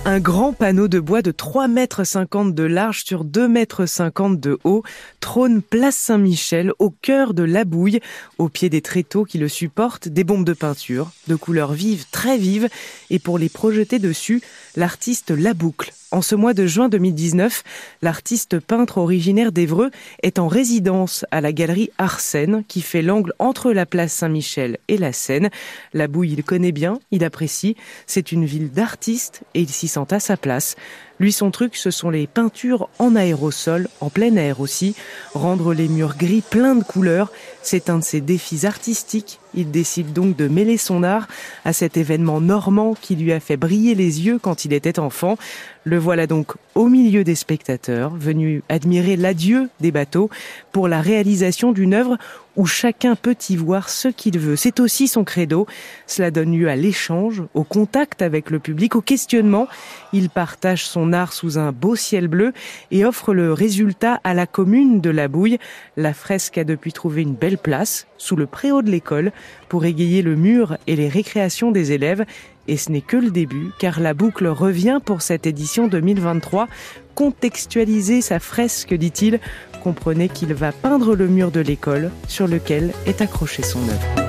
Un grand panneau de bois de 3,50 m de large sur 2,50 m de haut trône place Saint-Michel au cœur de l'Abouille, au pied des tréteaux qui le supportent, des bombes de peinture, de couleurs vives, très vives, et pour les projeter dessus, l'artiste Laboucle. En ce mois de juin 2019, l'artiste peintre originaire d'Évreux est en résidence à la galerie Arsène, qui fait l'angle entre la place Saint-Michel et la Seine. L'Abouille, il connaît bien, il apprécie. C'est une ville d'artistes et il s'y sent à sa place. Lui, son truc, ce sont les peintures en aérosol, en plein air aussi. Rendre les murs gris pleins de couleurs, c'est un de ses défis artistiques. Il décide donc de mêler son art à cet événement normand qui lui a fait briller les yeux quand il était enfant. Le voilà donc au milieu des spectateurs, venus admirer l'adieu des bateaux pour la réalisation d'une œuvre où chacun peut y voir ce qu'il veut. C'est aussi son credo. Cela donne lieu à l'échange, au contact avec le public, au questionnement. Il partage son art sous un beau ciel bleu et offre le résultat à la commune de l'Abouille. La fresque a depuis trouvé une belle place, sous le préau de l'école, pour égayer le mur et les récréations des élèves. Et ce n'est que le début, car Laboucle revient pour cette édition 2023. Contextualiser sa fresque, dit-il. Comprenez qu'il va peindre le mur de l'école sur lequel est accrochée son œuvre.